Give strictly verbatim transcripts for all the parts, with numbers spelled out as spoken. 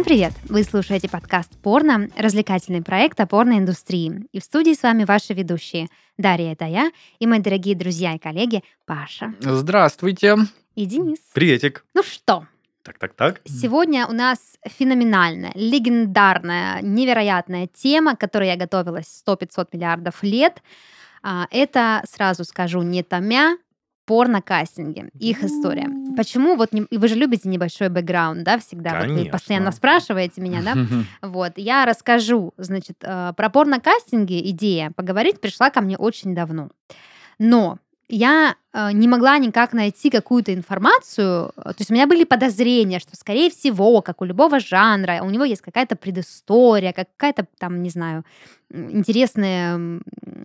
привет! Вы слушаете подкаст «Порно», развлекательный проект о порноиндустрии. И в студии с вами ваши ведущие Дарья, это я, и мои дорогие друзья и коллеги Паша Здравствуйте. и Денис. Приветик. Ну что, Так-так-так. сегодня у нас феноменальная, легендарная, невероятная тема, к которой я готовилась сто-пятьсот миллиардов лет. А, Это, сразу скажу, не томя, порнокастинги, их история. Почему? Вот не- и вы же любите небольшой бэкграунд, да, всегда? Вот вы Конечно. постоянно спрашиваете меня, да? Вот, я расскажу, значит, э, про порнокастинги. Идея поговорить пришла ко мне очень давно. Но я э, не могла никак найти какую-то информацию. э, То есть у меня были подозрения, что, скорее всего, как у любого жанра, у него есть какая-то предыстория, какая-то там, не знаю, м, интересная м,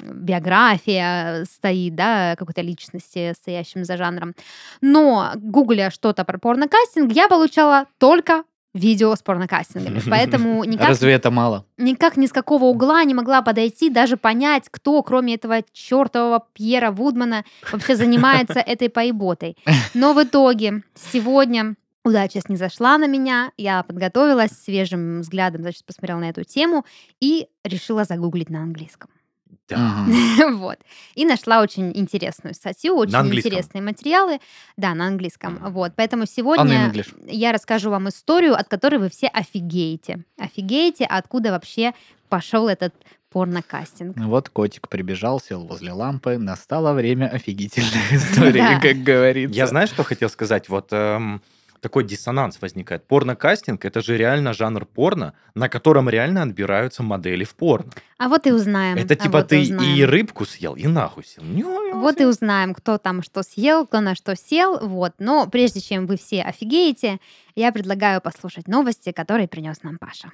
биография стоит, да, какой-то личности, стоящим за жанром. Но гугля что-то про порнокастинг, я получала только видео с порнокастингами. Поэтому никак Разве это мало? никак ни с какого угла не могла подойти, даже понять, кто, кроме этого чертового Пьера Вудмана, вообще занимается этой поеботой. Но в итоге сегодня удача снизошла на меня, я подготовилась свежим взглядом, значит, посмотрела на эту тему и решила загуглить на английском. Да. Мгм. Вот. И нашла очень интересную статью, очень английском? интересные материалы. Да, на английском. Мгм. Вот. Поэтому On in сегодня English. я расскажу вам историю, от которой вы все офигеете. Офигеете, откуда вообще пошел этот порнокастинг. Вот котик прибежал, сел возле лампы. Настало время офигительной истории, Да. как говорится. Я знаешь, что хотел сказать? Вот эм, такой диссонанс возникает. Порнокастинг — это же реально жанр порно, на котором реально отбираются модели в порно. А вот и узнаем. Это а типа вот и ты и узнаем. рыбку съел, и нахуй съел. Ню-ню, Вот и съел. узнаем, кто там что съел, кто на что сел. Вот. Но прежде чем вы все офигеете, я предлагаю послушать новости, которые принес нам Паша.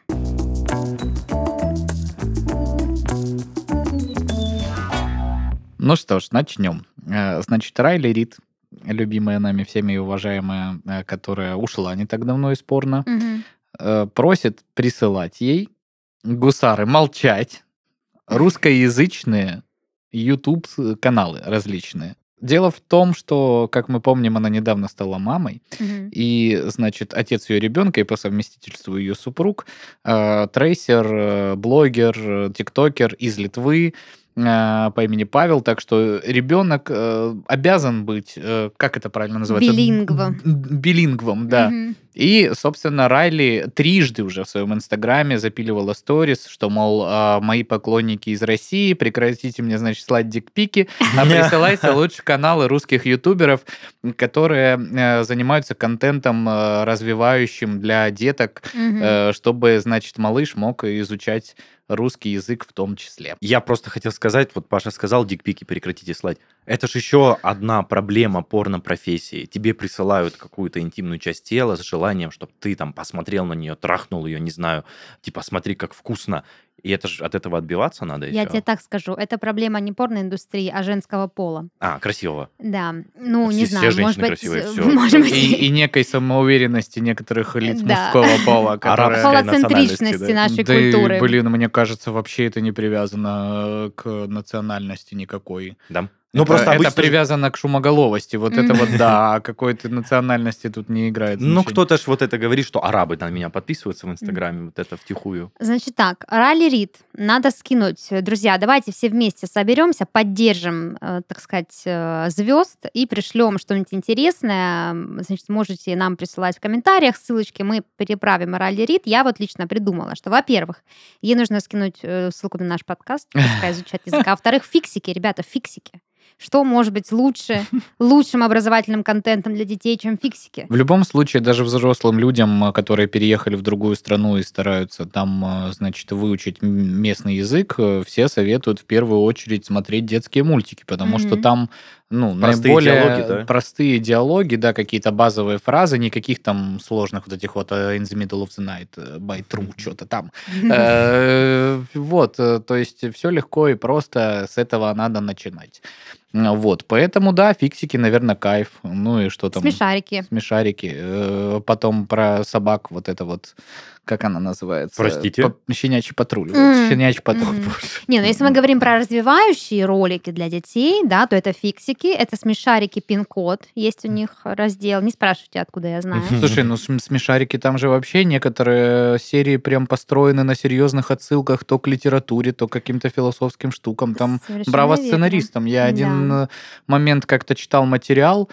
Ну что ж, начнем. Э, Значит, Райли Рид, любимая нами всеми и уважаемая, э, которая ушла не так давно из порно, Мгм. э, просит присылать ей гусары молчать, русскоязычные YouTube-каналы различные. Дело в том, что, как мы помним, она недавно стала мамой, Мгм. и, значит, отец ее ребенка и по совместительству ее супруг, э, трейсер, э, блогер, э, тиктокер из Литвы э, по имени Павел, так что ребенок э, обязан быть, э, как это правильно называется? Билингво. Б- б- Билингвом, да. Мгм. И, собственно, Райли трижды уже в своем инстаграме запиливала сторис, что, мол, а, мои поклонники из России, прекратите мне, значит, слать дикпики, а присылайте лучше каналы русских ютуберов, которые э, занимаются контентом, э, развивающим для деток, Мгм. э, чтобы, значит, малыш мог изучать русский язык в том числе. Я просто хотел сказать, вот Паша сказал, дикпики прекратите слать. Это же еще одна проблема порно-профессии. Тебе присылают какую-то интимную часть тела с желанием, чтобы ты там посмотрел на нее, трахнул ее, не знаю, типа смотри, как вкусно. И это же от этого отбиваться надо и Я всё. тебе так скажу, это проблема не порноиндустрии, а женского пола. А, красивого. Да, ну, Все- не все знаю, женщины может быть, красивые, э, всё, может всё. быть, И, и некой самоуверенности некоторых лиц Да. мужского пола, Арабская которые... фалоцентричности национальности, да. нашей Да и, культуры. блин, мне кажется, вообще это не привязано э, к национальности никакой. Да? Ну, это, просто это обычно... привязано к шумоголовости. Вот это вот да, а какой-то национальности тут не играет Ну, значения. кто-то ж вот это говорит, что арабы на меня подписываются в Инстаграме, вот это втихую. Значит так, Райли Рид надо скинуть. Друзья, давайте все вместе соберемся, поддержим, э, так сказать, звезд и пришлем что-нибудь интересное. М, Значит, можете нам присылать в комментариях ссылочки, мы переправим Райли Рид. Я вот лично придумала, что, во-первых, ей нужно скинуть э, ссылку на наш подкаст, пускай изучать язык, а во-вторых, фиксики, ребята, фиксики. Что может быть лучше, лучшим образовательным контентом для детей, чем фиксики? В любом случае, даже взрослым людям, э, которые переехали в другую страну и стараются там, э, значит, выучить м- местный язык, э, все советуют в первую очередь смотреть детские мультики, потому что Мгм. там, ну, Простые наиболее диалоги, да? простые диалоги, да, какие-то базовые фразы, никаких там сложных вот этих вот э, in the middle of the night, э, by true, что-то там. Э, Вот, э, то есть все легко и просто, с этого надо начинать. М, Вот, поэтому, да, фиксики, наверное, кайф. Ну и что там? Смешарики. Смешарики. Э, Потом про собак вот это вот, как она называется? Простите? По- Щенячий патруль. Вот, М, Щенячий патруль. мгм. боже. Не, ну если мы говорим про развивающие ролики для детей, да, то это фиксики, это смешарики пин-код, есть у них раздел. Не спрашивайте, откуда я знаю. Слушай, ну см- смешарики там же вообще некоторые серии прям построены на серьезных отсылках то к литературе, то к каким-то философским штукам. Там Совершенно браво верно. сценаристам. Я один Да. э, момент как-то читал материал,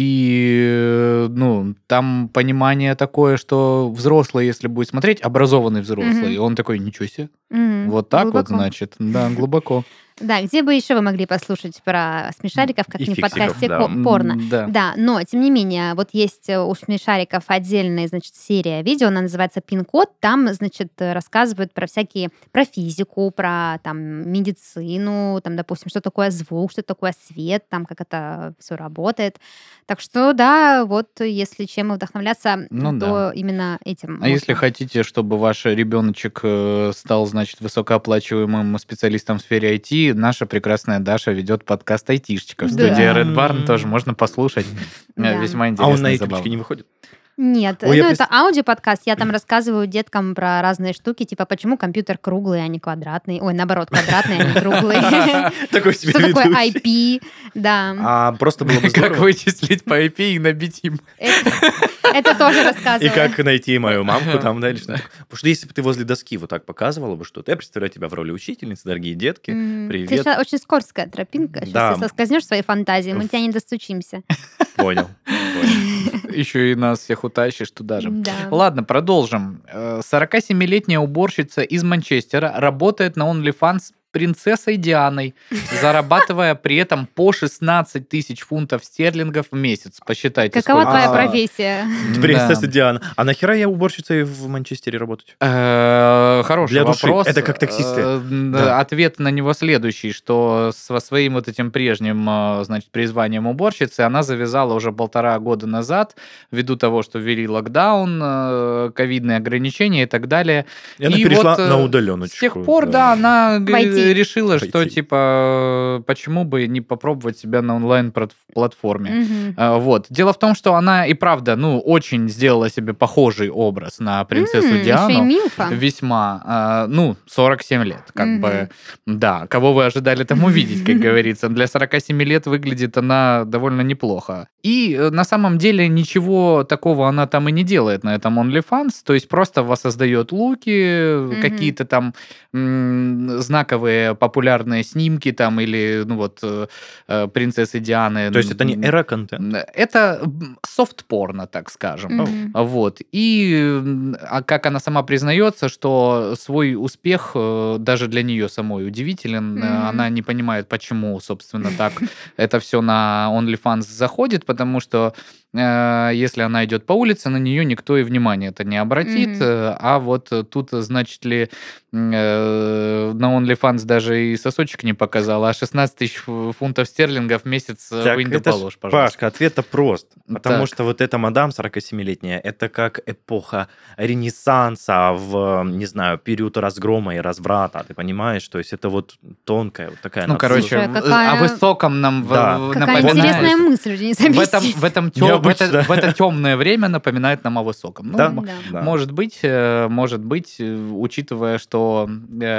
и э, ну, там понимание такое, что взрослый, если будет смотреть, образованный взрослый, Мгм. он такой, ничего себе. Мгм. Вот так вот, Глубоко. значит. Да, глубоко. Да, где бы еще вы могли послушать про смешариков, как И не в фиксиков, подкасте да. ко- порно? М, Да. Да, но тем не менее, вот есть э, у смешариков отдельная, значит, серия видео, она называется «Пин-код». Там, значит, э, рассказывают про всякие, про физику, про там медицину, там, допустим, что такое звук, что такое свет, там, как это все работает. Так что, да, вот если чем вдохновляться, Ну да. то именно этим А если можно. хотите, чтобы ваш ребеночек э, стал, значит, высокооплачиваемым специалистом в сфере ай ти, наша прекрасная Даша ведет подкаст «Айтишечка» в Да. студии Red Barn, тоже можно послушать. Э, Да. Весьма А интересно он на и ютубчике забавно. не выходит? Нет, Ой, я ну прес- это аудиоподкаст, я там рассказываю деткам про разные штуки, типа почему компьютер круглый, а не квадратный, ой, наоборот, квадратный, а не круглый. Такой себе Что такое ведущий. ай пи, да. А просто было бы Как здорово. вычислить по ай пи и набить им? Это это тоже И рассказываю. как найти мою мамку там, да, или что. Потому что если бы ты возле доски вот так показывала бы что-то, я представляю тебя в роли учительницы, дорогие детки. М, Ты Привет. ща- очень скользкая тропинка. Сейчас Да. ты соскользнешь в своей фантазии, мы Уф. тебя не достучимся. Понял. Понял. Еще и нас всех утащишь туда же. Да. Ладно, продолжим. Э, сорокасемилетняя уборщица из Манчестера работает на OnlyFans принцессой Дианой, зарабатывая при этом по шестнадцать тысяч фунтов стерлингов в месяц. Посчитайте, Какова сколько твоя А, стоит. профессия? Да. Принцесса Диана. А нахера я уборщицей в Манчестере работать? Э, Хороший Для души. вопрос. Это как таксисты. Э, да, Да. Ответ на него следующий, что со своим вот этим прежним, э, значит, призванием уборщицы она завязала уже полтора года назад, ввиду того, что ввели локдаун, э, ковидные ограничения и так далее. И она И перешла вот, э, на удаленочку. С тех пор, да, она г- Войти. решила, что, Войти. типа, почему бы не попробовать себя на онлайн-платформе. Мгм. А, Вот. Дело в том, что она и правда, ну, очень сделала себе похожий образ на принцессу М, еще и Диану. милфа. Весьма, а, ну, сорок семь лет, как Мгм. бы, да, кого вы ожидали там увидеть, как говорится. Для сорока семи лет выглядит она довольно неплохо. И э, на самом деле ничего такого она там и не делает на этом OnlyFans, то есть просто воссоздает луки, Мгм. какие-то там м, знаковые популярные снимки там или, ну вот, э, э, принцессы Дианы. То есть это не М, эра-контент? Это м, софт-порно, так скажем. Мгм. Вот. И м, а как она сама признается, что свой успех э, даже для нее самой удивителен. Э, Мгм. Она не понимает, почему, собственно, так это все на OnlyFans заходит, потому что э, если она идет по улице, на нее никто и внимания это не обратит. Мгм. Э, А вот э, тут, значит ли, м, э, на OnlyFans даже и сосочек не показала, а шестнадцать тысяч фу- фунтов стерлингов в месяц э, Так вынь да это ж, положь, пожалуйста. Пашка, ответ-то прост. Потому Так. что вот эта мадам сорокасемилетняя, это как эпоха Ренессанса в, не знаю, период разгрома и разврата, ты понимаешь? То есть это вот тонкая вот такая... Ну, она- короче, Слушай, а в- какая- о высоком нам в- Да. в- Какая напоминает. интересная мысль, Денис В этом, объясни. в, этом тё- в, Необычно. это, в это темное время напоминает нам о высоком. Ну, Да? м- Да. Да. Может быть, э, может быть, э, учитывая, что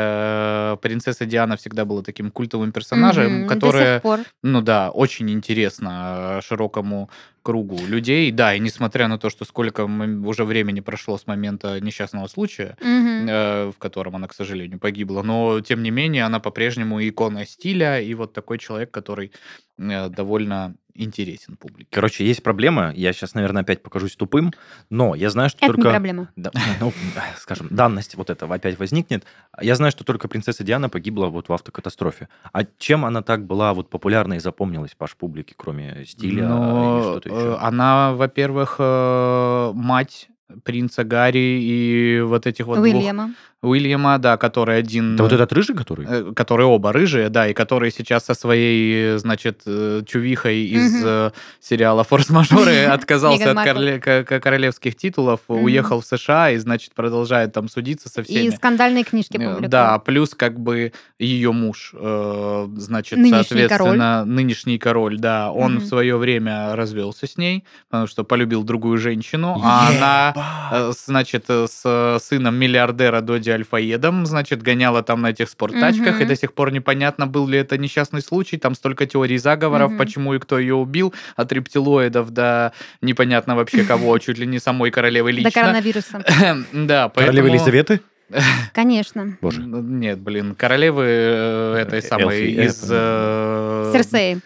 э, принцесса Диана всегда была таким культовым персонажем, Мгм. До которая, сих пор. ну да, очень интересно широкому кругу людей. Да, и несмотря на то, что сколько м- уже времени прошло с момента несчастного случая, Мгм. э, в котором она, к сожалению, погибла, но тем не менее она по-прежнему икона стиля и вот такой человек, который э, довольно интересен публике. Короче, есть проблема. Я сейчас, наверное, опять покажусь тупым, но я знаю, что Это не только... проблема. Да, ну, скажем, данность вот этого опять возникнет. Я знаю, что только принцесса Диана погибла вот в автокатастрофе. А чем она так была вот популярна и запомнилась, Паш, публике, кроме стиля Но, или что-то э, еще? она, во-первых, э, мать принца Гарри и вот этих вот двух Уильяма. Уильяма, да, который один... Это вот этот рыжий, который? э, Которые оба рыжие, да, и который сейчас со своей, э, значит, э, чувихой из Мгм. э, сериала «Форс-мажоры» отказался Меган от Маркл. корле- ко- ко- королевских титулов, Мгм. уехал в США и, значит, продолжает там судиться со И всеми. скандальные книжки Э, публикует. Да, плюс как бы ее муж, э, значит, Нынешний соответственно, нынешний король, да, он в Мгм. свое время развелся с ней, потому что полюбил другую женщину, а она, э, Ебать! с- значит, э, с сыном миллиардера Доди Альфаедом, значит, гоняла там на этих спорттачках, и Мгм. до сих пор непонятно, был ли это несчастный случай, там столько теорий заговоров, Мгм. почему и кто ее убил, от рептилоидов до непонятно вообще кого, чуть ли не самой королевы До лично. коронавируса. Да, Королева поэтому... Елизаветы? Конечно. Боже. Н- Нет, блин, королевы э, этой Э, самой Элфи, из... это, э, Серсей.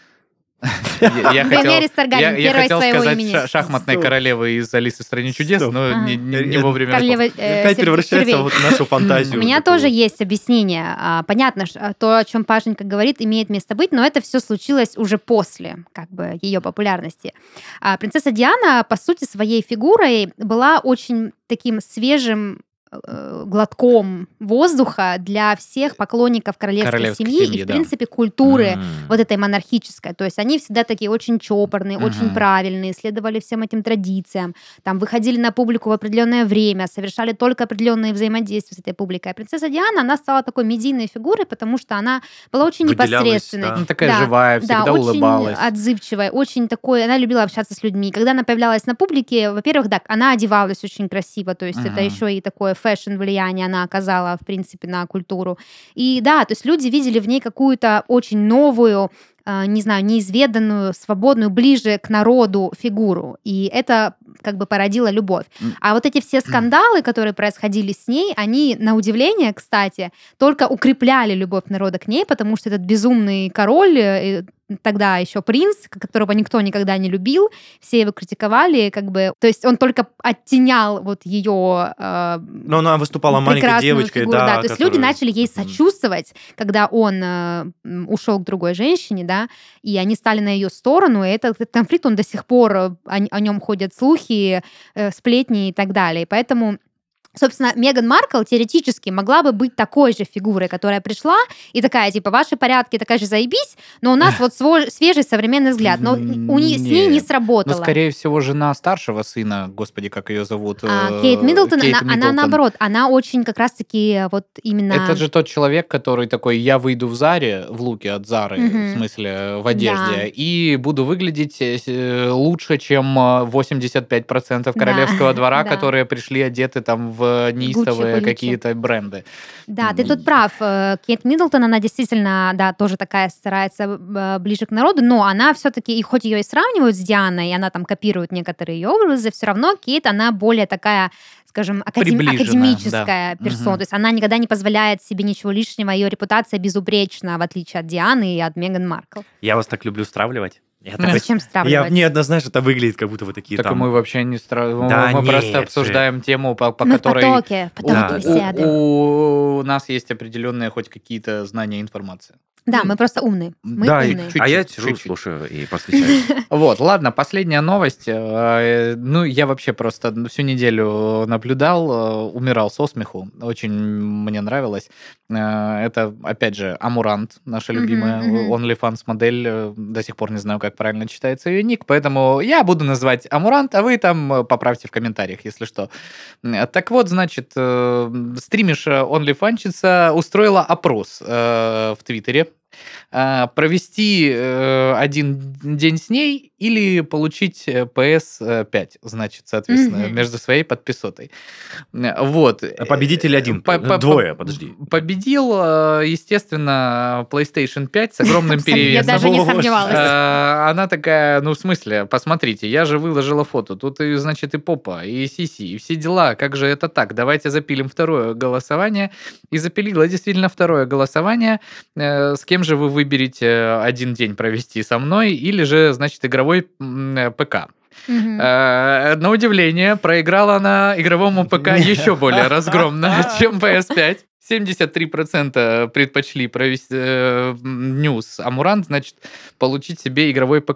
Я, я хотел, Дейенерис я, Таргариен, я первой хотел своего сказать имени. ша- шахматной Стоп. королевы из Алисы в стране чудес, Стоп. но Ага. не, не- не Э, вовремя. Королева э, Опять сер- превращается червей. вот в нашу фантазию. У меня такую. тоже есть объяснение. А, Понятно, ш- то, о чем Пашенька говорит, имеет место быть, но это все случилось уже после как бы ее популярности. А Принцесса Диана, по сути, своей фигурой была очень таким свежим э, глотком воздуха для всех поклонников королевской, Королевской семьи, семьи, и, в да. принципе, культуры М. вот этой монархической. То есть они всегда такие очень чопорные, очень Мгм. правильные, следовали всем этим традициям, там выходили на публику в определенное время, совершали только определенные взаимодействия с этой публикой. А принцесса Диана, она стала такой медийной фигурой, потому что она была очень Выделялась, непосредственной. да. Ну, такая Да, живая, всегда да, улыбалась. очень отзывчивая, очень такой, она любила общаться с людьми. Когда она появлялась на публике, во-первых, да, она одевалась очень красиво, то есть это Мгм. еще и такое фэшн влияние она оказала, в принципе, на культуру. И да, то есть люди видели в ней какую-то очень новую, э, не знаю, неизведанную, свободную, ближе к народу фигуру. И это как бы породило любовь. М. А вот эти все скандалы, которые происходили с ней, они, на удивление, кстати, только укрепляли любовь народа к ней, потому что этот безумный король, э, тогда еще принц, которого никто никогда не любил, все его критиковали, как бы, то есть он только оттенял вот ее э, Но она выступала маленькой прекрасную девочкой, фигуру, да. То есть люди которая- начали ей Мгм. сочувствовать, когда он э, м, ушел к другой женщине, да, и они стали на ее сторону, и этот, этот конфликт, он до сих пор, э, о, о нем ходят слухи, э, сплетни и так далее. Поэтому собственно, Меган Маркл теоретически могла бы быть такой же фигурой, которая пришла и такая, типа, ваши порядки, такая же заебись, но у нас вот свой, свежий современный взгляд. Но у не, с ней не Нет. сработало. Ну, скорее всего, жена старшего сына, господи, как ее зовут? А, э, Кейт Миддлтон, Кейт она, она Миддлтон. наоборот, она очень как раз-таки вот именно... Это же тот человек, который такой, я выйду в Заре, в луке от Зары, Мгм. в смысле, в одежде, Да. и буду выглядеть э, лучше, чем э, восемьдесят пять процентов королевского Да, двора, да. которые пришли одеты там в неистовые Гуччи, какие-то бренды. Да, ты М. тут прав. Э, Кейт Миддлтон, она действительно, да, тоже такая старается э, ближе к народу, но она все-таки, и хоть ее и сравнивают с Дианой, и она там копирует некоторые ее образы, все равно Кейт, она более такая, скажем, академ- Приближенная, академическая да. персона. Мгм. То есть она никогда не позволяет себе ничего лишнего, ее репутация безупречна, в отличие от Дианы и от Меган Маркл. Я вас так люблю стравливать. Я Ну, такой- Зачем Я, сравнивать? мне однозначно это выглядит, как будто вы такие Так и там... мы вообще не стра... Да мы нет просто же. обсуждаем тему, по, по Мы в которой потоке, в потоке Да. беседы. у, у нас есть определенные хоть какие-то знания и информация. Да, Ну, мы просто умные. Мы да, и- умные. чуть- а я чуть-чуть, сижу, чуть-чуть. слушаю и посвящаюсь. Вот, ладно, последняя новость. Э, Ну, я вообще просто всю неделю наблюдал, э, умирал со смеху. Очень мне нравилось. Э, Это, опять же, Амурант, наша Мгм, любимая мгм. OnlyFans модель. Э, До сих пор не знаю, как правильно читается ее ник, поэтому я буду называть Амурант, а вы там э, поправьте в комментариях, если что. Э, Так вот, значит, э, стримиша OnlyFanщица устроила опрос э, в Твиттере. А, провести э, один день с ней или получить э, пи эс пять, значит, соответственно, Мгм. между своей подписотой. Э, Вот. А победитель один, По- по- двое, по- подожди. Победил, э, естественно, PlayStation пять с огромным Я перевесом. даже не Боже. сомневалась. Э, Она такая, ну, в смысле, посмотрите, я же выложила фото, тут, и, значит, и попа, и сиси, и все дела, как же это так? Давайте запилим второе голосование. И запилила действительно второе голосование. Э, С кем же вы выберете один день провести со мной, или же, значит, игровой м, э, ПК? Мгм. Э, На удивление, проиграла она игровому ПК еще более разгромно, чем пи эс пять. семьдесят три процента предпочли провести э, м, Ньюс Амурант, значит, получить себе игровой ПК.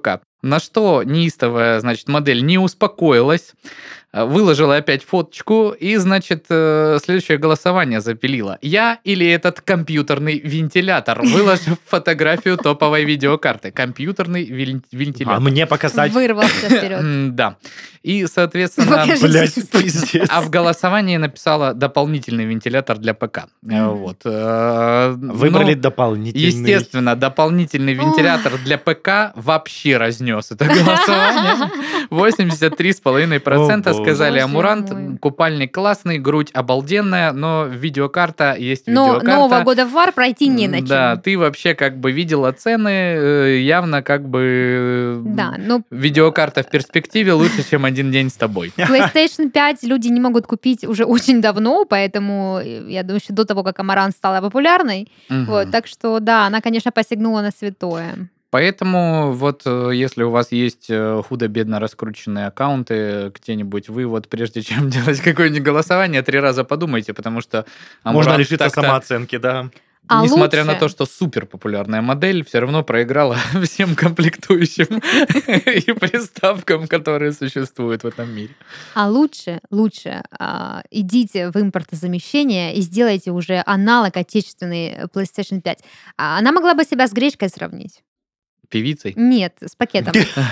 На что неистовая, значит, модель не успокоилась, выложила опять фоточку и, значит, э, следующее голосование запилила. Я или этот компьютерный вентилятор, выложив фотографию топовой видеокарты. Компьютерный вин- А вентилятор. мне показать? Вырвался вперед. М, Да. И, соответственно, Покажите. Блядь, пиздец. а в голосовании написала дополнительный вентилятор для ПК. Э, Мгм. Вот. Э, Выбрали но, дополнительный. естественно, дополнительный вентилятор для ПК вообще разнес это голосование. восемьдесят три целых пять десятых процента О, боже. сказали Боже Амурант, мой. купальник классный, грудь обалденная, но видеокарта есть Но видеокарта. нового года в вар пройти не на М, Да, чем. ты вообще как бы видела цены, э, явно как бы м, Да, но видеокарта в перспективе лучше, чем один день с тобой. PlayStation пять люди не могут купить уже очень давно, поэтому э, я думаю, еще до того, как Амарант стала популярной. Вот, Мгм. так что да, она, конечно, посягнула на святое. Поэтому вот э, если у вас есть э, худо-бедно раскрученные аккаунты где-нибудь, вы вот прежде чем делать какое-нибудь голосование, три раза подумайте, потому что Можно Амурант лишиться так-то, самооценки, да. А несмотря на лучше- то, что супер популярная модель, все равно проиграла всем комплектующим и приставкам, которые существуют в этом мире. А лучше, лучше а, идите в импортозамещение и сделайте уже аналог отечественной PlayStation пять. А она могла бы себя с гречкой сравнить. Певицей. Нет, с пакетом.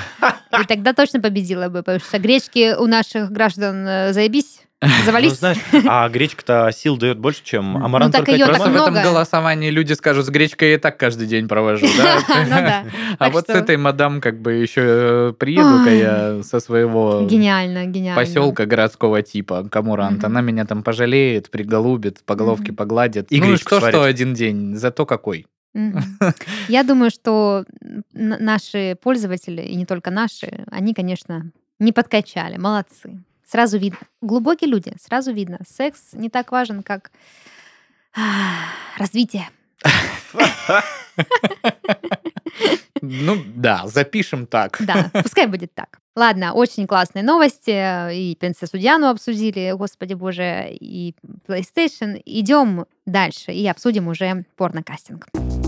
И тогда точно победила бы, потому что гречки у наших граждан э, заебись, Ну, завались. знаешь, а гречка-то сил дает больше, чем амарант. так только её эти так Просто в разные. этом много. голосовании люди скажут, с гречкой я и так каждый день провожу, да? Ну да. А Так вот с что- этой мадам как бы еще приеду-ка Ой. я со своего Гениально, гениально. поселка городского типа, Камурант. Мгм. Она меня там пожалеет, приголубит, по головке Мгм. погладит. И Ну и гречку что, сварит. что один день, зато какой. Мгм. Я думаю, что н- наши пользователи, и не только наши, они, конечно, не подкачали, молодцы. Сразу видно. Глубокие люди, сразу видно. Секс не так важен, как ах, развитие. Ну да, запишем так. Да, пускай будет так. Ладно, очень классные новости. И принцессу Диану обсудили, господи боже, и PlayStation. Идем дальше и обсудим уже порнокастинг.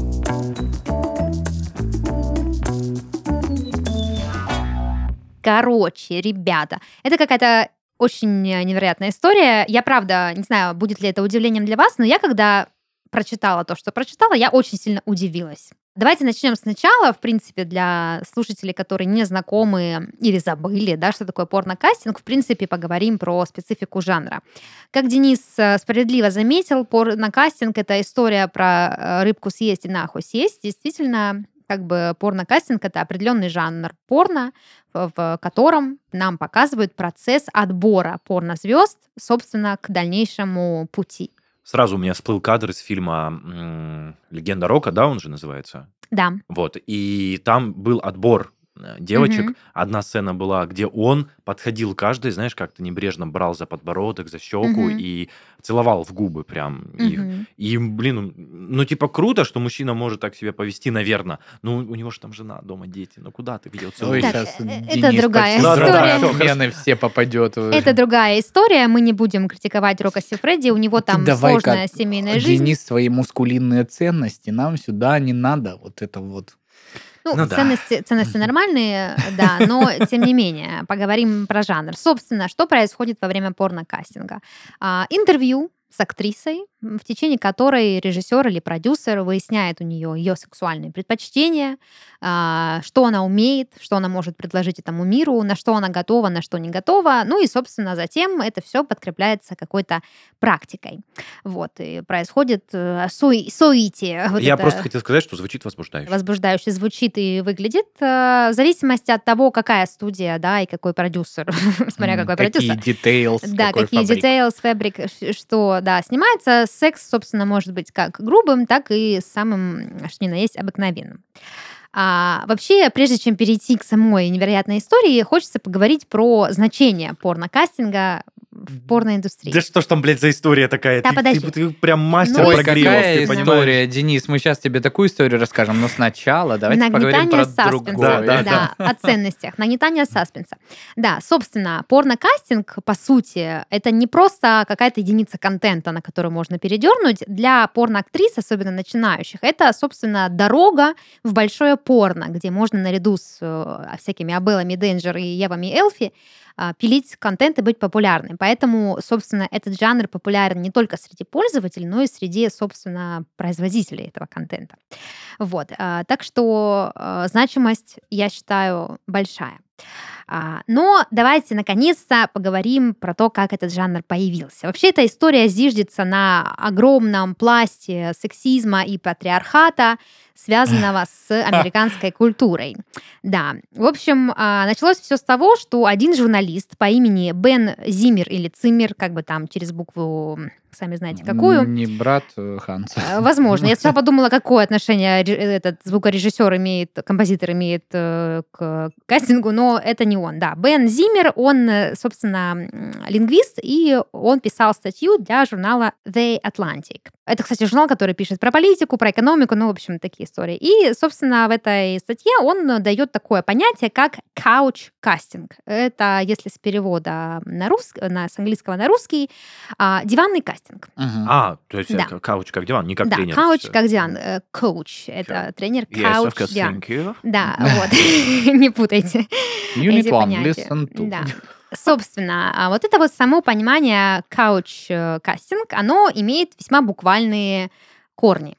Короче, ребята, это какая-то очень невероятная история. Я, правда, не знаю, будет ли это удивлением для вас, но я, когда прочитала то, что прочитала, я очень сильно удивилась. Давайте начнем сначала, в принципе, для слушателей, которые не знакомы или забыли, да, что такое порнокастинг, в принципе, поговорим про специфику жанра. Как Денис э, справедливо заметил, порнокастинг — это история про э, рыбку съесть и нахуй съесть. Действительно, как бы порнокастинг — это определенный жанр порно, в, в котором нам показывают процесс отбора порнозвезд, собственно, к дальнейшему пути. Сразу у меня всплыл кадр из фильма м, «Легенда рока», да, он же называется? Да. Вот, и там был отбор э, девочек. Мгм. Одна сцена была, где он подходил к каждой, знаешь, как-то небрежно брал за подбородок, за щеку Мгм. и целовал в губы прям их. Мгм. И, блин, ну, типа, круто, что мужчина может так себя повести, наверное. Ну, у него же там жена, дома, дети. Ну, куда ты видел Ой, Так, сейчас э, это другая история. Отмены все попадет. Это другая история. Мы не будем критиковать Рока Сифреди. У него там Давай-ка, сложная семейная жизнь. Денис, свои мускулинные ценности нам сюда не надо. Вот это вот. Ну, Ну да. ценности, ценности нормальные, да, но тем не менее, поговорим про жанр. Собственно, что происходит во время порнокастинга? А, интервью с актрисой, в течение которой режиссер или продюсер выясняет у нее ее сексуальные предпочтения, а, что она умеет, что она может предложить этому миру, на что она готова, на что не готова. Ну и, собственно, затем это все подкрепляется какой-то практикой. Вот, и происходит э, суи- суете. Вот Я это просто хотел сказать, что звучит возбуждающе. возбуждающе звучит и выглядит, э, в зависимости от того, какая студия, да, и какой продюсер, смотря М, какой Какие продюсер. details, Да, какой какие фабрик. details, фабрик, ш- что, да, снимается. Секс, собственно, может быть как грубым, так и самым, что ни на есть, обыкновенным. А, вообще, прежде чем перейти к самой невероятной истории, хочется поговорить про значение порнокастинга в порноиндустрии. Да что ж там, блядь, за история такая? Да, ты, подожди. ты, ты прям мастер Ну, Ой, прогревов, какая ты понимаешь? история, Денис. Мы сейчас тебе такую историю расскажем, но сначала давайте поговорим Нагнетание про саспенса. другое. Да, Да, о ценностях. Нагнетание саспенса. Да, собственно, порнокастинг, по сути, это не просто какая-то единица контента, на которую можно передернуть. Для порноактрис, особенно начинающих, это, собственно, дорога в большое порно, где можно наряду с э, всякими Абеллами Денджер и Евами Элфи а, пилить контент и быть популярным. Поэтому, собственно, этот жанр популярен не только среди пользователей, но и среди, собственно, производителей этого контента. Вот. а, Так что а, значимость, я считаю, большая. А, Но давайте наконец-то поговорим про то, как этот жанр появился. Вообще эта история зиждется на огромном пласте сексизма и патриархата, связанного с американской культурой. Да, в общем, а, началось все с того, что один журналист по имени Бен Зиммер или Циммер, как бы там через букву, сами знаете какую, Не брат э, Ханса. Э, Возможно. Я сначала подумала, какое отношение ре- этот звукорежиссер имеет, композитор имеет э, к кастингу, но это не он. Да, Бен Зиммер, он, э, собственно, м, лингвист, и он писал статью для журнала The Atlantic. Это, кстати, журнал, который пишет про политику, про экономику, ну, в общем, такие истории. И, собственно, в этой статье он дает такое понятие, как couch-кастинг. Это, если с перевода на рус... на... с английского на русский, а, диванный кастинг. Мгм. А, то есть Да. это кауч как диван, не как Да, тренер. couch всё. как диван. э, Coach. Это тренер Yes, of couch course, диван. thank you. Да, вот. Не путайте Unit эти one, понятия. listen to. Да. Собственно, а вот это вот само понимание couch-кастинг, оно имеет весьма буквальные корни.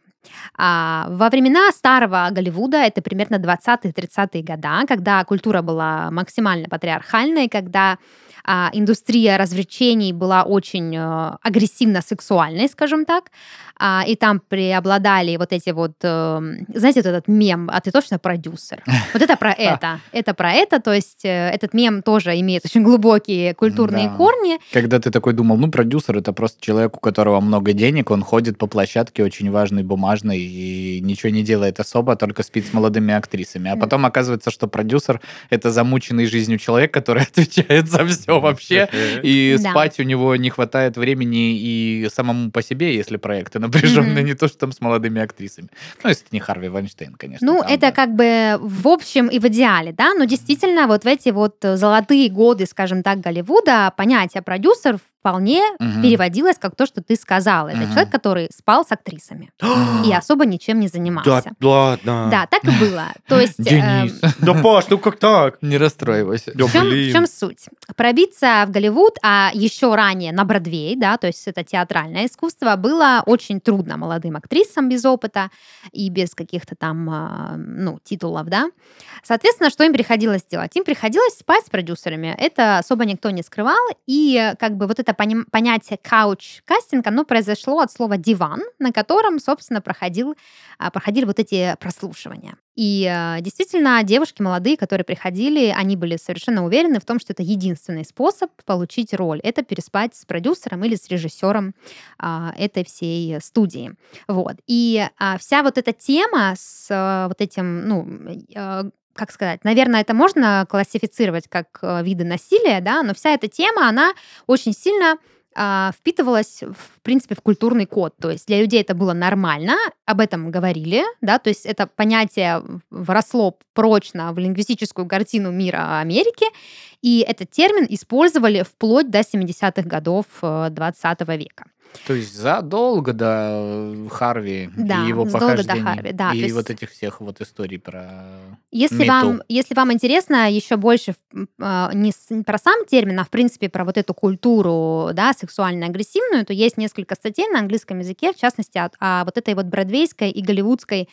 А, Во времена старого Голливуда, это примерно двадцатые-тридцатые года, когда культура была максимально патриархальной, когда а, индустрия развлечений была очень э, агрессивно-сексуальной, скажем так, а, и там преобладали вот эти вот, э, знаете, вот этот мем, а ты точно продюсер? Вот это про это, это про это, то есть э, этот мем тоже имеет очень глубокие культурные Да. корни. Когда ты такой думал, ну, продюсер это просто человек, у которого много денег, он ходит по площадке очень важной, бумажной и ничего не делает особо, только спит с молодыми актрисами. А М. потом оказывается, что продюсер это замученный жизнью человек, который отвечает за все вообще, и Да. спать у него не хватает времени и самому по себе, если проекты напряженные, Мгм. не то, что там с молодыми актрисами. Ну, если это не Харви Вайнштейн, конечно. Ну, там, это да. как бы в общем и в идеале, да, но действительно вот в эти вот э, золотые годы, скажем так, Голливуда понятие продюсер вполне Мгм. переводилось как то, что ты сказала. Это Мгм. человек, который спал с актрисами и особо ничем не занимался. Да, ладно. Да, так и было. То есть... Денис, эм, Да, Паш, ну как так? не расстраивайся. Да, В чем, в блин. чем суть? Пробиться в Голливуд, а еще ранее на Бродвей, да, то есть это театральное искусство, было очень трудно молодым актрисам без опыта и без каких-то там, а, ну, титулов, да. Соответственно, что им приходилось делать? Им приходилось спать с продюсерами. Это особо никто не скрывал. И как бы вот это поним- понятие couch-кастинг, оно произошло от слова «диван», на котором, собственно, проходил, а, проходили вот эти прослушивания. И э, действительно, девушки молодые, которые приходили, они были совершенно уверены в том, что это единственный способ получить роль. Это переспать с продюсером или с режиссером а, этой всей студии. Вот. И а, вся вот эта тема с а, вот этим, ну, э, как сказать, наверное, это можно классифицировать как э, виды насилия, да, но вся эта тема, она очень сильно а, впитывалась, в принципе, в культурный код. То есть для людей это было нормально, об этом говорили, да, то есть это понятие вросло прочно в лингвистическую картину мира Америки, и этот термин использовали вплоть до семидесятых годов э, двадцатого века. То есть задолго до Харви Да, и его задолго до похождений, Харви, да, и то есть- вот этих всех вот историй про Если Me вам, Too. если вам интересно еще больше м, а, не, с- не про сам термин, а в принципе про вот эту культуру, да, сексуально-агрессивную, то есть несколько статей на английском языке, в частности, о, о вот этой вот бродвейской и голливудской,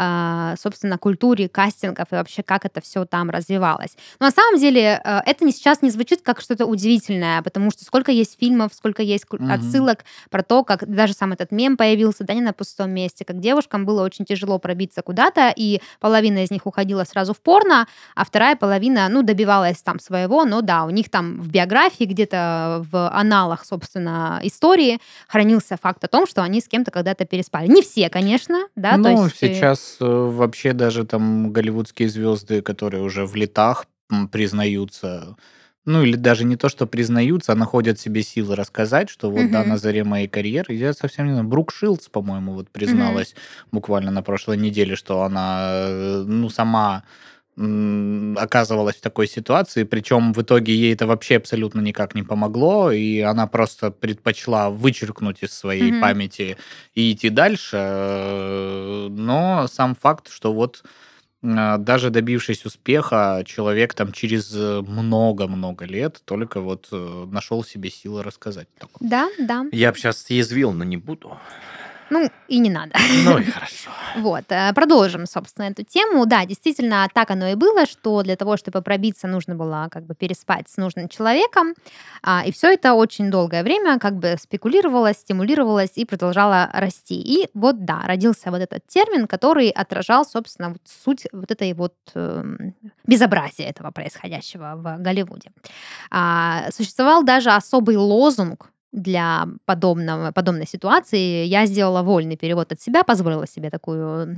а, собственно, культуре кастингов и вообще как это все там развивалось. Но на самом деле э, это не, сейчас не звучит как что-то удивительное, потому что сколько есть фильмов, сколько есть ку- Мгм. отсылок про то, как даже сам этот мем появился, да, не на пустом месте, как девушкам было очень тяжело пробиться куда-то, и половина из них уходила сразу в порно, а вторая половина, ну, добивалась там своего, но да, у них там в биографии, где-то в аналах, собственно, истории хранился факт о том, что они с кем-то когда-то переспали. Не все, конечно, да, ну, то есть... э, сейчас э, вообще даже там голливудские звезды, которые уже в летах м, признаются ну или даже не то, что признаются, а находят в себе силы рассказать, что вот да, на Мгм. заре моей карьеры, я совсем не знаю, Брук Шилдс, по-моему, вот Мгм. призналась буквально на прошлой неделе, что она, э, ну, сама м, оказывалась в такой ситуации, причем в итоге ей это вообще абсолютно никак не помогло, и она просто предпочла вычеркнуть из своей Мгм. памяти и идти дальше. э, Но сам факт, что вот а, даже добившись успеха, человек там через э, много-много лет только вот э, нашел в себе силы рассказать такое. Да, да. Я бы сейчас съязвил, но не буду. Ну, и не надо. Ну и хорошо. Вот, э, продолжим, собственно, эту тему. Да, действительно, так оно и было, что для того, чтобы пробиться, нужно было как бы переспать с нужным человеком. А, и все это очень долгое время как бы спекулировалось, стимулировалось и продолжало расти. И вот, да, родился вот этот термин, который отражал, собственно, вот суть вот этой вот эм, безобразия этого происходящего в Голливуде. А, существовал даже особый лозунг для подобного, подобной ситуации. Я сделала вольный перевод от себя, позволила себе такую,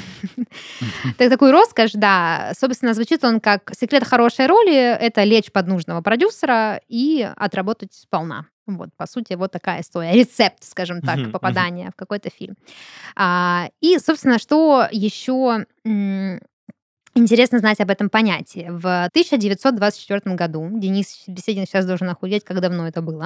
так- такую роскошь, да. Собственно, звучит он как «секрет хорошей роли– это лечь под нужного продюсера и отработать сполна». Вот, по сути, вот такая история. Рецепт, скажем так, Мгм, мгм. попадания в какой-то фильм. А, и, собственно, что еще интересно знать об этом понятии. В тысяча девятьсот двадцать четвёртом году, Денис Беседин сейчас должен охуеть, как давно это было,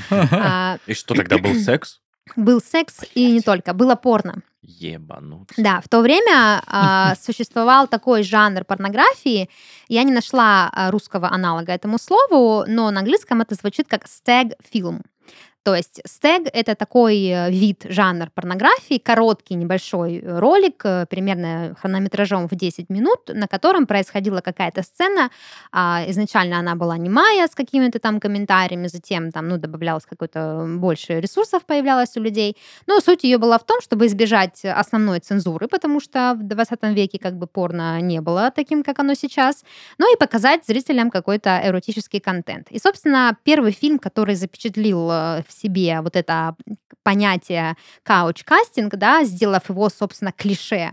а, И что тогда был секс? был секс и не Блядь. только, было порно. Ебануться. Да, в то время а, существовал такой жанр порнографии. Я не нашла а, русского аналога этому слову, но на английском это звучит как stag film. То есть стег– это такой э, вид, жанр порнографии, короткий небольшой э, ролик, э, примерно хронометражом в десять минут, на котором происходила какая-то сцена. А, изначально она была немая, с какими-то там комментариями, затем там, ну, добавлялось какое-то больше ресурсов появлялось у людей. Но суть ее была в том, чтобы избежать основной цензуры, потому что в двадцатом веке как бы порно не было таким, как оно сейчас, ну и показать зрителям какой-то эротический контент. И, собственно, первый фильм, который запечатлил э, в себе вот это понятие кауч-кастинг, да, сделав его, собственно, клише,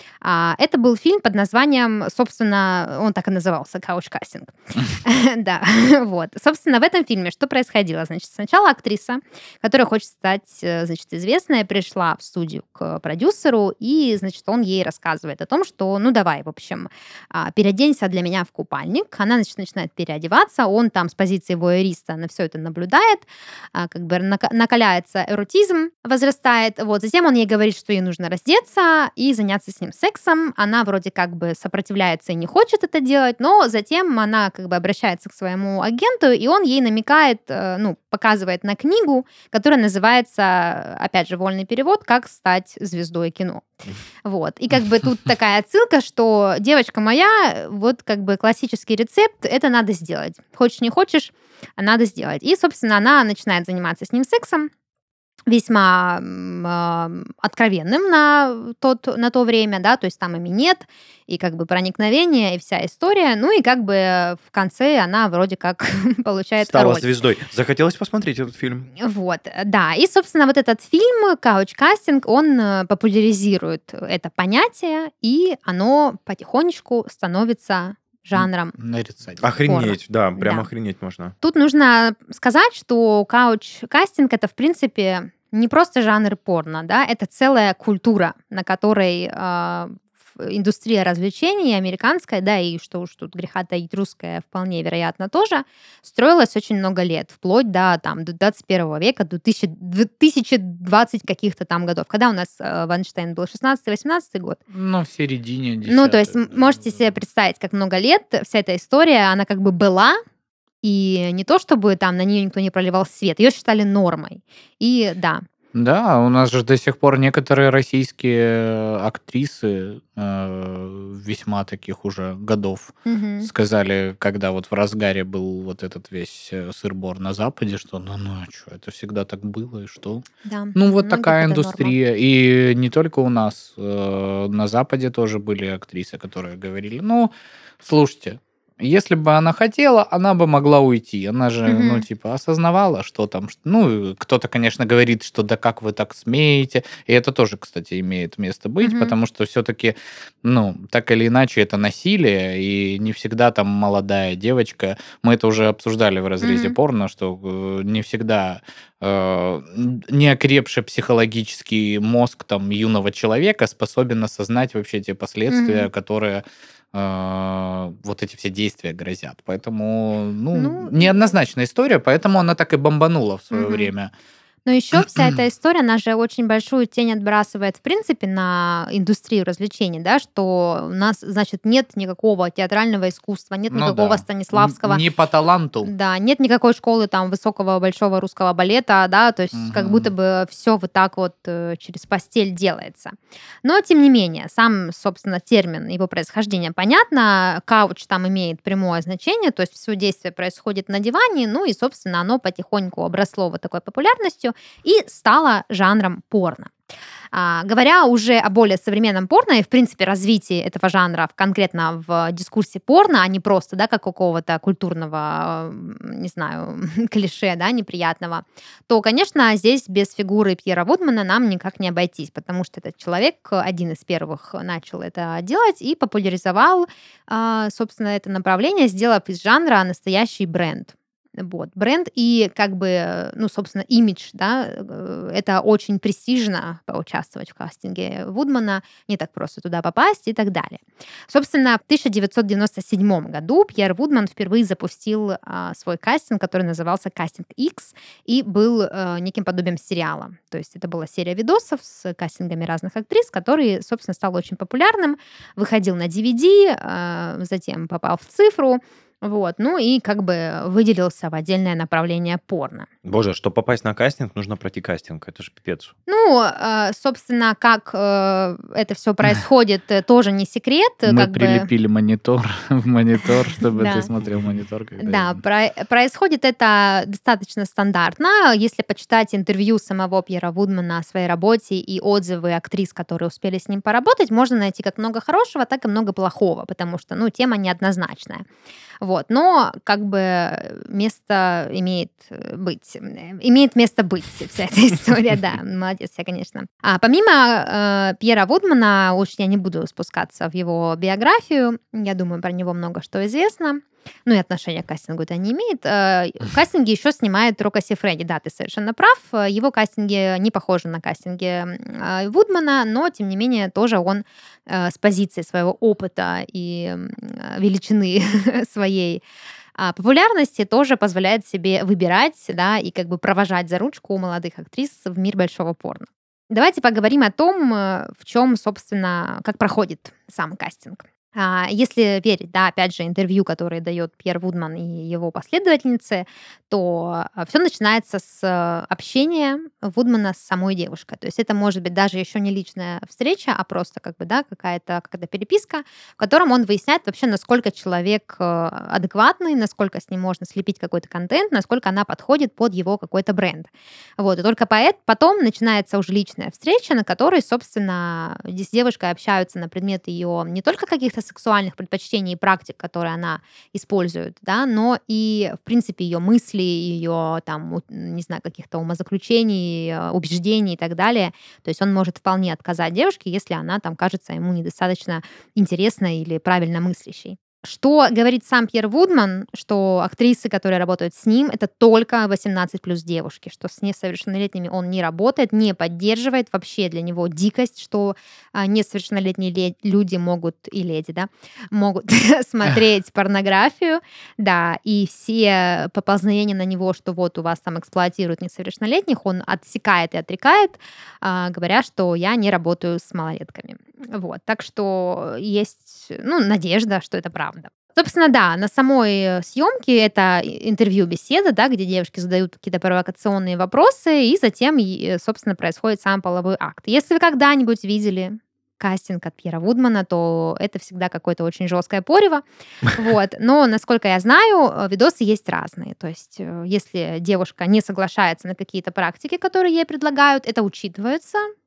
а, это был фильм под названием, собственно, он так и назывался, «Кауч-кастинг». Да, вот. Собственно, в этом фильме что происходило? Значит, сначала актриса, которая хочет стать, э, значит, известной, пришла в студию к продюсеру, и, значит, он ей рассказывает о том, что, ну, давай, в общем, а, переоденься для меня в купальник. Она, значит, начинает переодеваться, он там с позиции воэриста на все это наблюдает, а, как бы нака- накаляется эротизм, возрастает. Вот. Затем он ей говорит, что ей нужно раздеться и заняться с ним сексом. Она вроде как бы сопротивляется и не хочет это делать, но затем она как бы обращается к своему агенту, и он ей намекает, э, ну, показывает на книгу, которая называется, опять же, вольный перевод, «Как стать звездой кино». Вот. И как бы тут такая отсылка, что девочка моя, вот как бы классический рецепт, это надо сделать. Хочешь, не хочешь, а надо сделать. И, собственно, она начинает заниматься с ним сексом, весьма м, а, откровенным на, тот, на то время, да, то есть там и минет, и как бы проникновение, и вся история. Ну и как бы в конце она вроде как получает Стала роль. звездой. Захотелось посмотреть этот фильм. Вот, да. И, собственно, вот этот фильм «Кауч-кастинг», он э, популяризирует это понятие, и оно потихонечку становится жанром. Нарицать. Охренеть, да, прям Да. охренеть можно. Тут нужно сказать, что кауч-кастинг это, в принципе, не просто жанр порно, да, это целая культура, на которой э, в- индустрия развлечений американская, да, и что уж тут греха таить, русская вполне вероятно тоже, строилась очень много лет, вплоть до, там, до двадцать первого века, до тысячи две тысячи двадцать каких-то там годов. Когда у нас э, Вайнштейн был? шестнадцатый-восемнадцатый год? Ну, в середине Ну, то есть десятых. м- можете себе представить, как много лет вся эта история, она как бы была, и не то чтобы там на нее никто не проливал свет, ее считали нормой. И да, Да, у нас же до сих пор некоторые российские актрисы э, весьма таких уже годов мгм, сказали, когда вот в разгаре был вот этот весь э, сыр-бор на Западе, что ну, ну а что, это всегда так было, и что? да, Ну, для вот многих такая это норма. индустрия. И не только у нас. э, На Западе тоже были актрисы, которые говорили, ну, слушайте, Если бы она хотела, она бы могла уйти. Она же, Мгм. ну, типа, осознавала, что там... ш- Ну, кто-то, конечно, говорит, что да как вы так смеете. И это тоже, кстати, имеет место быть, Мгм. потому что все-таки, ну, так или иначе, это насилие, и не всегда там молодая девочка... Мы это уже обсуждали в разрезе Мгм. порно, что э, не всегда э, н- неокрепший психологический мозг там юного человека способен осознать вообще те последствия, Мгм. которые а, вот эти все действия грозят. Поэтому, ну, Ну, и неоднозначная история, поэтому она так и бомбанула в свое мгм. время. Но еще вся эта история, она же очень большую тень отбрасывает, в принципе, на индустрию развлечений, да, что у нас, значит, нет никакого театрального искусства, нет Ну никакого да, Н- Станиславского, не по таланту. да, нет никакой школы там высокого большого русского балета, да, то есть как будто Мгм. бы все вот так вот э, через постель делается. Но, тем не менее, сам, собственно, термин, его происхождение понятно, кауч там имеет прямое значение, то есть все действие происходит на диване, ну и, собственно, оно потихоньку обросло вот такой популярностью и стало жанром порно. А, говоря уже о более современном порно и, в принципе, развитии этого жанра в- конкретно в дискурсе порно, а не просто, да, как какого-то культурного, м, не знаю, клише, да, неприятного, то, конечно, здесь без фигуры Пьера Вудмана нам никак не обойтись, потому что этот человек э, один из первых начал это делать и популяризовал, а, собственно, это направление, сделав из жанра настоящий бренд. Вот, бренд и как бы, э, ну, собственно, имидж, да, э, это очень престижно поучаствовать в кастинге Вудмана, не так просто туда попасть и так далее. Собственно, в тысяча девятьсот девяносто седьмом году Пьер Вудман впервые запустил а, свой кастинг, который назывался «Кастинг X» и был э, неким подобием сериала. То есть это была серия видосов с кастингами разных актрис, который, собственно, стал очень популярным, выходил на ди ви ди, э, затем попал в цифру, вот, ну и как бы выделился в отдельное направление порно. Боже, чтобы попасть на кастинг, нужно пройти кастинг. Это же пипец. Ну, э, собственно, как э, это все происходит, э, тоже не секрет, э, Мы как бы, прилепили монитор в монитор, чтобы ты да. смотрел монитор, когда... Да, про- происходит это достаточно стандартно. Если почитать интервью самого Пьера Вудмана о своей работе и отзывы актрис, которые успели с ним поработать, можно найти как много хорошего, так и много плохого, потому что, ну, тема неоднозначная. Вот, но как бы место имеет э, быть, э, имеет место быть вся эта история, да, молодец я, конечно. А помимо э, Пьера Вудмана, уж я не буду спускаться в его биографию, я думаю, про него много что известно. Ну и отношение к кастингу это не имеет. Э, Кастинги еще снимает Рокко Сиффредди. Да, ты совершенно прав. Э, Его кастинги не похожи на кастинги э, Вудмана, но тем не менее тоже он э, с позиции своего опыта и м, э, величины своей а, популярности тоже позволяет себе выбирать, да, и как бы провожать за ручку молодых актрис в мир большого порно. Давайте поговорим о том, э, в чем, собственно, как проходит сам кастинг. А, Если верить, да, опять же, интервью, которое дает Пьер Вудман и его последовательницы, то все начинается с э, общения Вудмана с самой девушкой. То есть это может быть даже еще не личная встреча, а просто как бы, да, какая-то какая переписка, в котором он выясняет вообще, насколько человек э, адекватный, насколько с ним можно слепить какой-то контент, насколько она подходит под его какой-то бренд. Вот, и только поэт, потом начинается уже личная встреча, на которой, собственно, с девушкой общаются на предмет ее не только каких-то сексуальных предпочтений и практик, которые она использует, да, но и, в принципе, ее мысли, ее, там, у- не знаю, каких-то умозаключений, э, убеждений и так далее. То есть он может вполне отказать девушке, если она там кажется ему недостаточно интересной или правильно мыслящей. Что говорит сам Пьер Вудман, что актрисы, которые работают с ним, это только восемнадцать плюс девушки, что с несовершеннолетними он не работает, не поддерживает. Вообще для него дикость, что а, несовершеннолетние ле- люди могут, и леди, да, могут смотреть порнографию, да, и все поползновения на него, что вот у вас там эксплуатируют несовершеннолетних, он отсекает и отрекает, а, говоря, что я не работаю с малолетками. Вот, так что есть, ну, надежда, что это правда. Собственно, да, на самой съемке это интервью-беседа, да, где девушки задают какие-то провокационные вопросы, и затем, и, собственно, происходит сам половой акт. Если вы когда-нибудь видели кастинг от Пьера Вудмана, то это всегда какое-то очень жесткое порево. Вот. Но, насколько я знаю, э, видосы есть разные. То есть, э, если девушка не соглашается на какие-то практики, которые ей предлагают, это учитывается.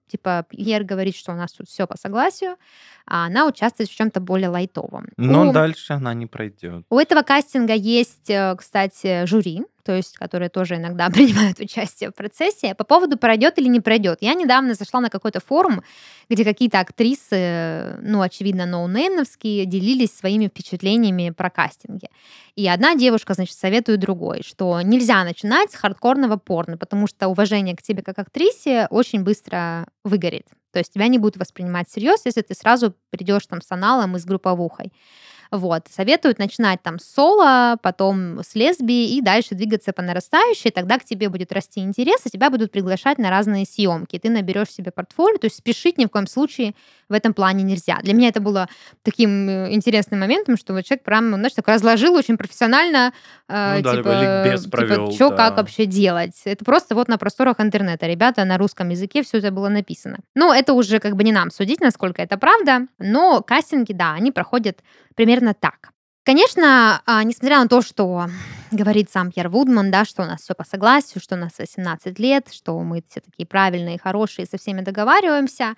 типа Пьер говорит, что у нас тут все по согласию, а она участвует в чем-то более лайтовом. Но У, дальше она не пройдет. у этого кастинга есть, э, кстати, жюри, то есть, которые тоже иногда принимают участие в процессе. По поводу пройдет или не пройдет. Я недавно зашла на какой-то форум, где какие-то актрисы, ну, очевидно, ноунеймовские, делились своими впечатлениями про кастинги. И одна девушка, значит, советует другой, что нельзя начинать с хардкорного порно, потому что уважение к тебе как актрисе очень быстро выгорит. То есть тебя не будут воспринимать всерьез, если ты сразу придешь там с аналом и с групповухой. Вот. Советуют начинать там с соло, потом с лесби и дальше двигаться по нарастающей. Тогда к тебе будет расти интерес, и тебя будут приглашать на разные съемки. Ты наберешь себе портфолио, то есть спешить ни в коем случае в этом плане нельзя. Для меня это было таким э, интересным моментом, что вот человек прям, знаешь, так разложил очень профессионально, э, Ну да, либо типа, ликбез типа провел, что, как да. вообще делать. Это просто вот на просторах интернета. Ребята, на русском языке все это было написано. Ну, это уже как бы не нам судить, насколько это правда, но кастинги, да, они проходят примерно так. Конечно, а, несмотря на то, что говорит сам Пьер Вудман, да, что у нас все по согласию, что у нас восемнадцать лет, что мы все такие правильные, хорошие, со всеми договариваемся,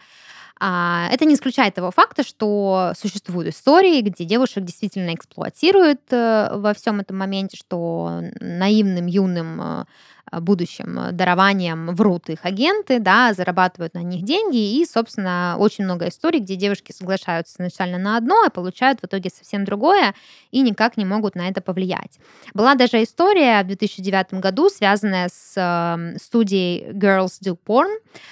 а, это не исключает того факта, что существуют истории, где девушек действительно эксплуатируют э, во всем этом моменте, что наивным, юным э, будущим э, дарованием врут их агенты, да, зарабатывают на них деньги, и, собственно, очень много историй, где девушки соглашаются изначально на одно, а получают в итоге совсем другое, и никак не могут на это повлиять. Была даже история в две тысячи девятом году, связанная с э, студией Girls Do Porn,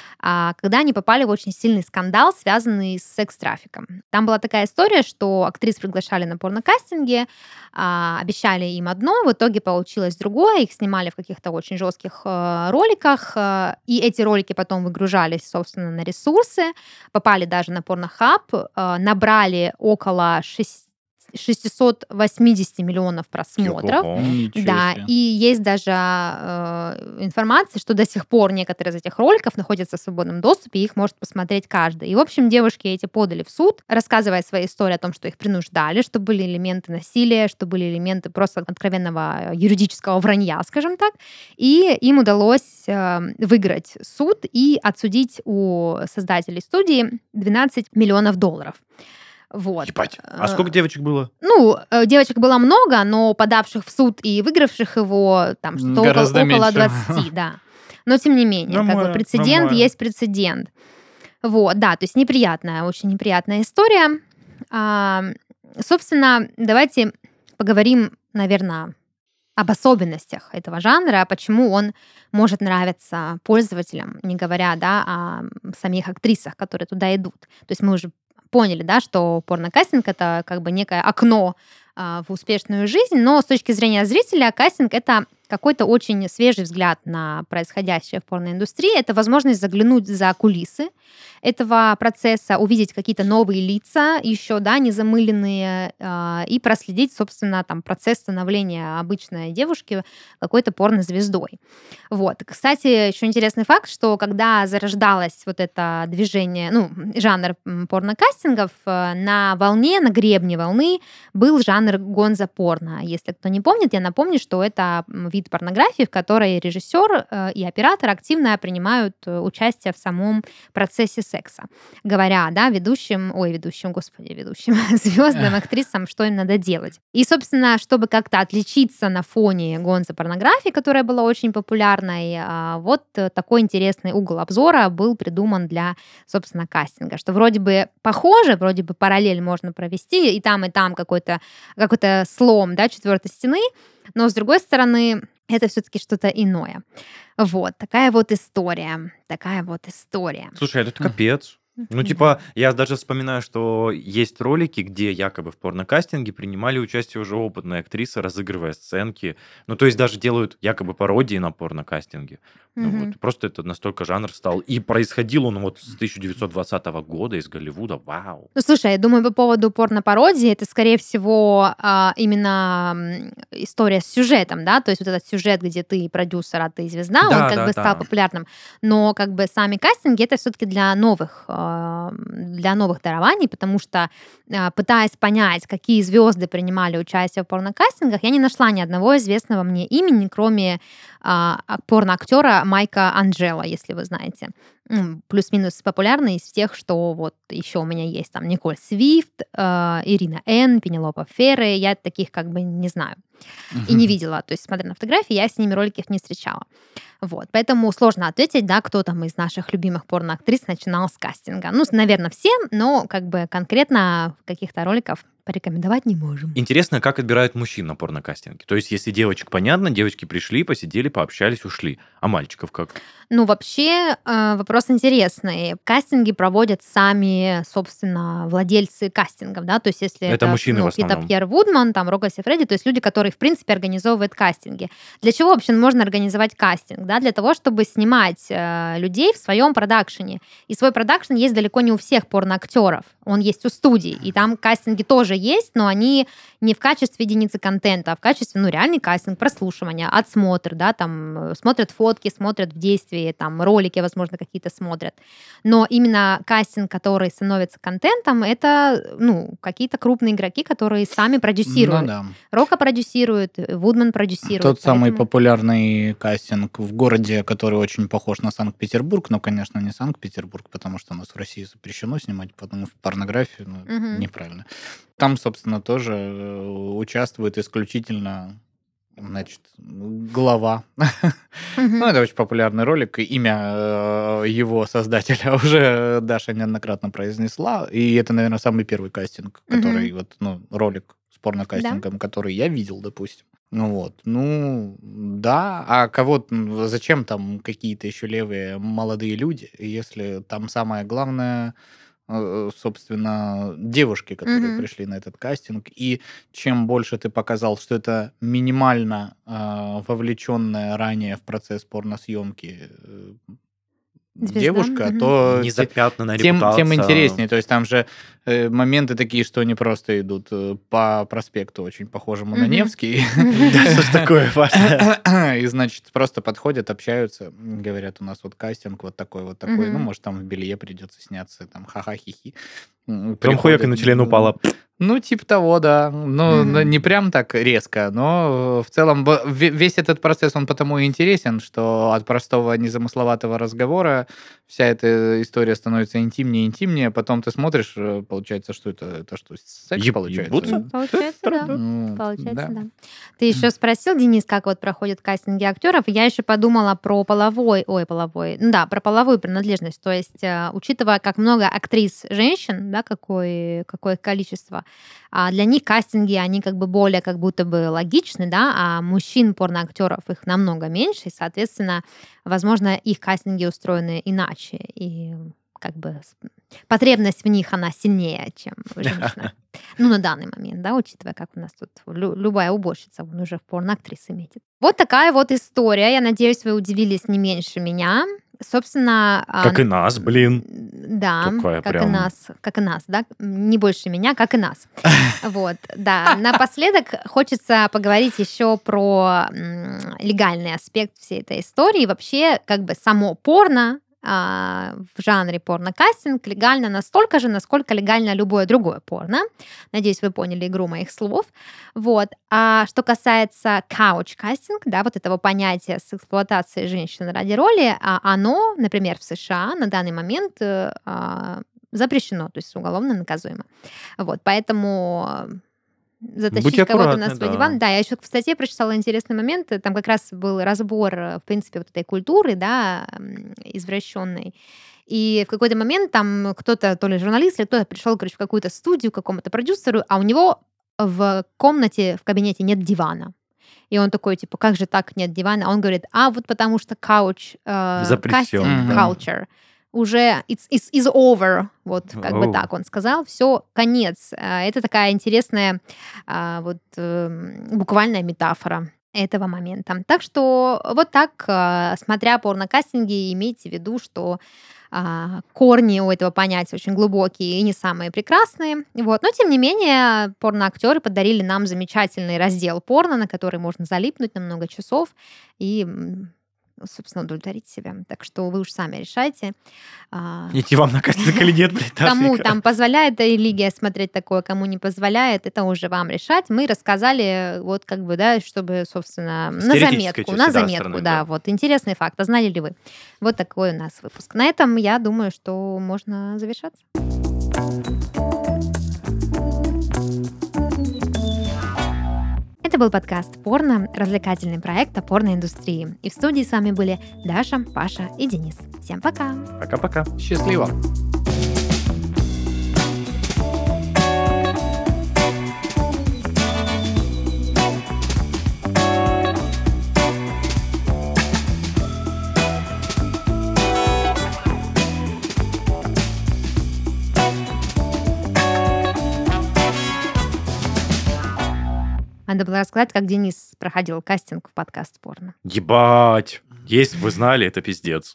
а, когда они попали в очень сильный скандал, связанный с секс-трафиком. Там была такая история, что актрис приглашали на порнокастинги, а, обещали им одно, в итоге получилось другое, их снимали в каких-то очень жестких э, роликах, э, и эти ролики потом выгружались, собственно, на ресурсы, попали даже на Pornhub, э, набрали около шести шестьсот восемьдесят миллионов просмотров. Ого. Ничего Да, себе. и есть даже э, информация, что до сих пор некоторые из этих роликов находятся в свободном доступе, и их может посмотреть каждый. И, в общем, девушки эти подали в суд, рассказывая свои истории о том, что их принуждали, что были элементы насилия, что были элементы просто откровенного юридического вранья, скажем так. И им удалось э, выиграть суд и отсудить у создателей студии двенадцать миллионов долларов. Вот. Ебать. А Э, сколько девочек было? Ну, э, девочек было много, но подавших в суд и выигравших его там что-то около, Гораздо около меньше. двадцати, да. Но тем не менее, как бы Нормально, прецедент нормально. есть прецедент. Вот, да, то есть неприятная, очень неприятная история. А, собственно, давайте поговорим, наверное, об особенностях этого жанра, почему он может нравиться пользователям, не говоря, да, о самих актрисах, которые туда идут. То есть мы уже поняли, да, что порнокастинг — это как бы некое окно а, в успешную жизнь, но с точки зрения зрителя кастинг — это какой-то очень свежий взгляд на происходящее в порноиндустрии, это возможность заглянуть за кулисы этого процесса, увидеть какие-то новые лица еще, да, незамыленные, э, и проследить, собственно, там процесс становления обычной девушки какой-то порнозвездой. Вот. Кстати, еще интересный факт, что когда зарождалось вот это движение, ну, жанр м, порнокастингов, э, на волне, на гребне волны был жанр гонзо-порно. Если кто не помнит, я напомню, что это м, вид порнографии, в которой режиссер э, и оператор активно принимают э, участие в самом процессе секса, говоря, да, ведущим, ой, ведущим, господи, ведущим, звездам, актрисам, что им надо делать. И, собственно, чтобы как-то отличиться на фоне гонзо-порнографии, которая была очень популярной, а, вот э, такой интересный угол обзора был придуман для, собственно, кастинга, что вроде бы похоже, вроде бы параллель можно провести, и там, и там какой-то, какой-то слом, да, четвертой стены, но, с другой стороны, это все-таки что-то иное. Вот, такая вот история. Такая вот история. Слушай, это капец. Ну, типа, я даже вспоминаю, что есть ролики, где якобы в порнокастинге принимали участие уже опытные актрисы, разыгрывая сценки. Ну, то есть даже делают якобы пародии на порнокастинге. Ну, Мгм. вот, просто это настолько жанр стал. И происходил он вот с тысяча девятьсот двадцатого года из Голливуда. Вау. Ну, слушай, я думаю, по поводу порно-пародии, это, скорее всего, а, именно м, история с сюжетом, да, то есть вот этот сюжет, где ты продюсер, а ты звезда, Да, он как да, бы да. стал популярным, но как бы сами кастинги — это все-таки для новых а, э, для новых дарований, потому что, э, пытаясь понять, какие звезды принимали участие в порнокастингах, я не нашла ни одного известного мне имени, кроме э, порноактера Майка Анджело, если вы знаете. Плюс-минус популярный из тех, что вот еще у меня есть там Николь Свифт, э, Ирина Эн, Пенелопа Ферре. Я таких как бы не знаю и не видела. То есть, смотря на фотографии, я с ними роликов не встречала. Вот, поэтому сложно ответить, да, кто там из наших любимых порноактрис начинал с кастинга. Ну, наверное, все, но как бы конкретно каких-то роликов порекомендовать не можем. Интересно, как отбирают мужчин на порнокастинге. То есть, если девочек понятно, девочки пришли, посидели, пообщались, ушли. А мальчиков как? Ну, вообще, э, вопрос интересный. Кастинги проводят сами, собственно, владельцы кастингов, да, то есть если Это это, мужчины в ну, какие-то основном. Пьер Вудман, там, Рога Сифреди, то есть люди, которые, в принципе, организовывают кастинги. Для чего вообще можно организовать кастинг? Да? Для того, чтобы снимать э, людей в своем продакшене. И свой продакшн есть далеко не у всех порноактеров. Он есть у студий. И там кастинги тоже есть, но они не в качестве единицы контента, а в качестве, ну, реальный кастинг, прослушивания, отсмотр, да, там, смотрят фотки, смотрят в действии, там, ролики, возможно, какие-то смотрят. Но именно кастинг, который становится контентом, это, ну, какие-то крупные игроки, которые сами продюсируют. Ну да. Рока продюсирует, Вудман продюсирует. Тот самый поэтому- популярный кастинг в городе, который очень похож на Санкт-Петербург, но, конечно, не Санкт-Петербург, потому что у нас в России запрещено снимать потому что порнографию, ну, это Мгм. неправильно. Там, собственно, тоже э, участвует исключительно, значит, глава. Мгм. Ну, это очень популярный ролик. и Имя э, его создателя уже Даша неоднократно произнесла. И это, наверное, самый первый кастинг, который, Мгм. вот, ну, ролик с порнокастингом, который я видел, допустим. Ну вот, ну, да, а кого, м, зачем там какие-то еще левые молодые люди, если там самое главное, э, собственно, девушки, которые Мгм. пришли на этот кастинг, и чем больше ты показал, что это минимально а, вовлеченная ранее в процесс порносъемки э, Звезда, девушка, мгм. то Не те- запятнанная тем, тем репутация. интереснее. То есть там же э, моменты такие, что они просто идут э, по проспекту, очень похожему на Мгм. Невский. Да что ж такое, Паша? И, значит, просто подходят, общаются, говорят, у нас вот кастинг вот такой, вот такой. Ну, Мгм. может, там в белье придется сняться, там, ха-ха-хи-хи. М, Прям хуяк и приходят, на член м, упала. Ну, типа того, да. Ну, Мгм. но не прям так резко, но в целом б- ве- весь этот процесс, он потому и интересен, что от простого незамысловатого разговора вся эта история становится интимнее и интимнее, потом ты смотришь, э, получается, что это, это что, секс Еб- получается? ебутся? Получается, да. Ну, Получается, да. да. Ты еще спросил, Денис, как вот проходят кастинги актеров. Я еще подумала про половой, ой, половой, ну да, про половую принадлежность. То есть, э, учитывая, как много актрис женщин, да, какое, какое количество, а для них кастинги, они как бы более как будто бы логичны, да, а мужчин порноактеров их намного меньше, и, соответственно, возможно, их кастинги устроены иначе, и как бы с- потребность в них, она сильнее, чем у женщин. Ну, на данный момент, да, учитывая, как у нас тут лю- любая уборщица вон уже в порноактрисы метит. Вот такая вот история. Я надеюсь, вы удивились не меньше меня. Собственно... а, Как и нас, блин. Да, Такая как и прям- нас, как и нас, да, не больше меня, как и нас. Вот, да. Напоследок хочется поговорить еще про м, легальный аспект всей этой истории. Вообще, как бы само порно а, в жанре порнокастинг легально настолько же, насколько легально любое другое порно. Надеюсь, вы поняли игру моих слов. Вот. А что касается кауч-кастинг, да, вот этого понятия с эксплуатацией женщин ради роли, а, оно, например, в США на данный момент э, а, запрещено, то есть уголовно наказуемо. Вот, поэтому э, затащить Будьте кого-то аккуратны, на свой да. диван. Да, я еще в статье прочитала интересный момент. Там как раз был разбор, э, в принципе, вот этой культуры, да, м, извращенной. И в какой-то момент там кто-то, то ли журналист, или кто-то пришел, короче, в какую-то студию к какому-то продюсеру, а у него в комнате, в кабинете нет дивана. И он такой, типа, как же так нет дивана? А он говорит, а вот потому что couch э, Запрещен, casting да. culture уже it's, it's, is over. Вот как бы Оу. так он сказал. Все, конец. Э, Это такая интересная а, вот эм, буквальная метафора этого момента. Так что вот так, э, смотря порнокастинги, имейте в виду, что а, корни у этого понятия очень глубокие и не самые прекрасные. Вот. Но, тем не менее, порноактеры подарили нам замечательный раздел порно, на который можно залипнуть на много часов и м, собственно, удовлетворить себя. Так что вы уж сами решайте. А, Идти вам на кастинг или нет, блядь, Кому Африка? там позволяет религия смотреть такое, кому не позволяет, это уже вам решать. Мы рассказали, вот как бы, да, чтобы, собственно, С на теоретической заметку, части, на да, заметку, стороны, да, да. вот интересный факт. А знали ли вы? Вот такой у нас выпуск. На этом, я думаю, что можно завершаться. Это был подкаст «Порно», развлекательный проект о порноиндустрии. И в студии с вами были Даша, Паша и Денис. Всем пока! Пока-пока. Счастливо. Надо было рассказать, как Денис проходил кастинг в подкаст «Порно». Ебать. Есть, вы знали, это пиздец.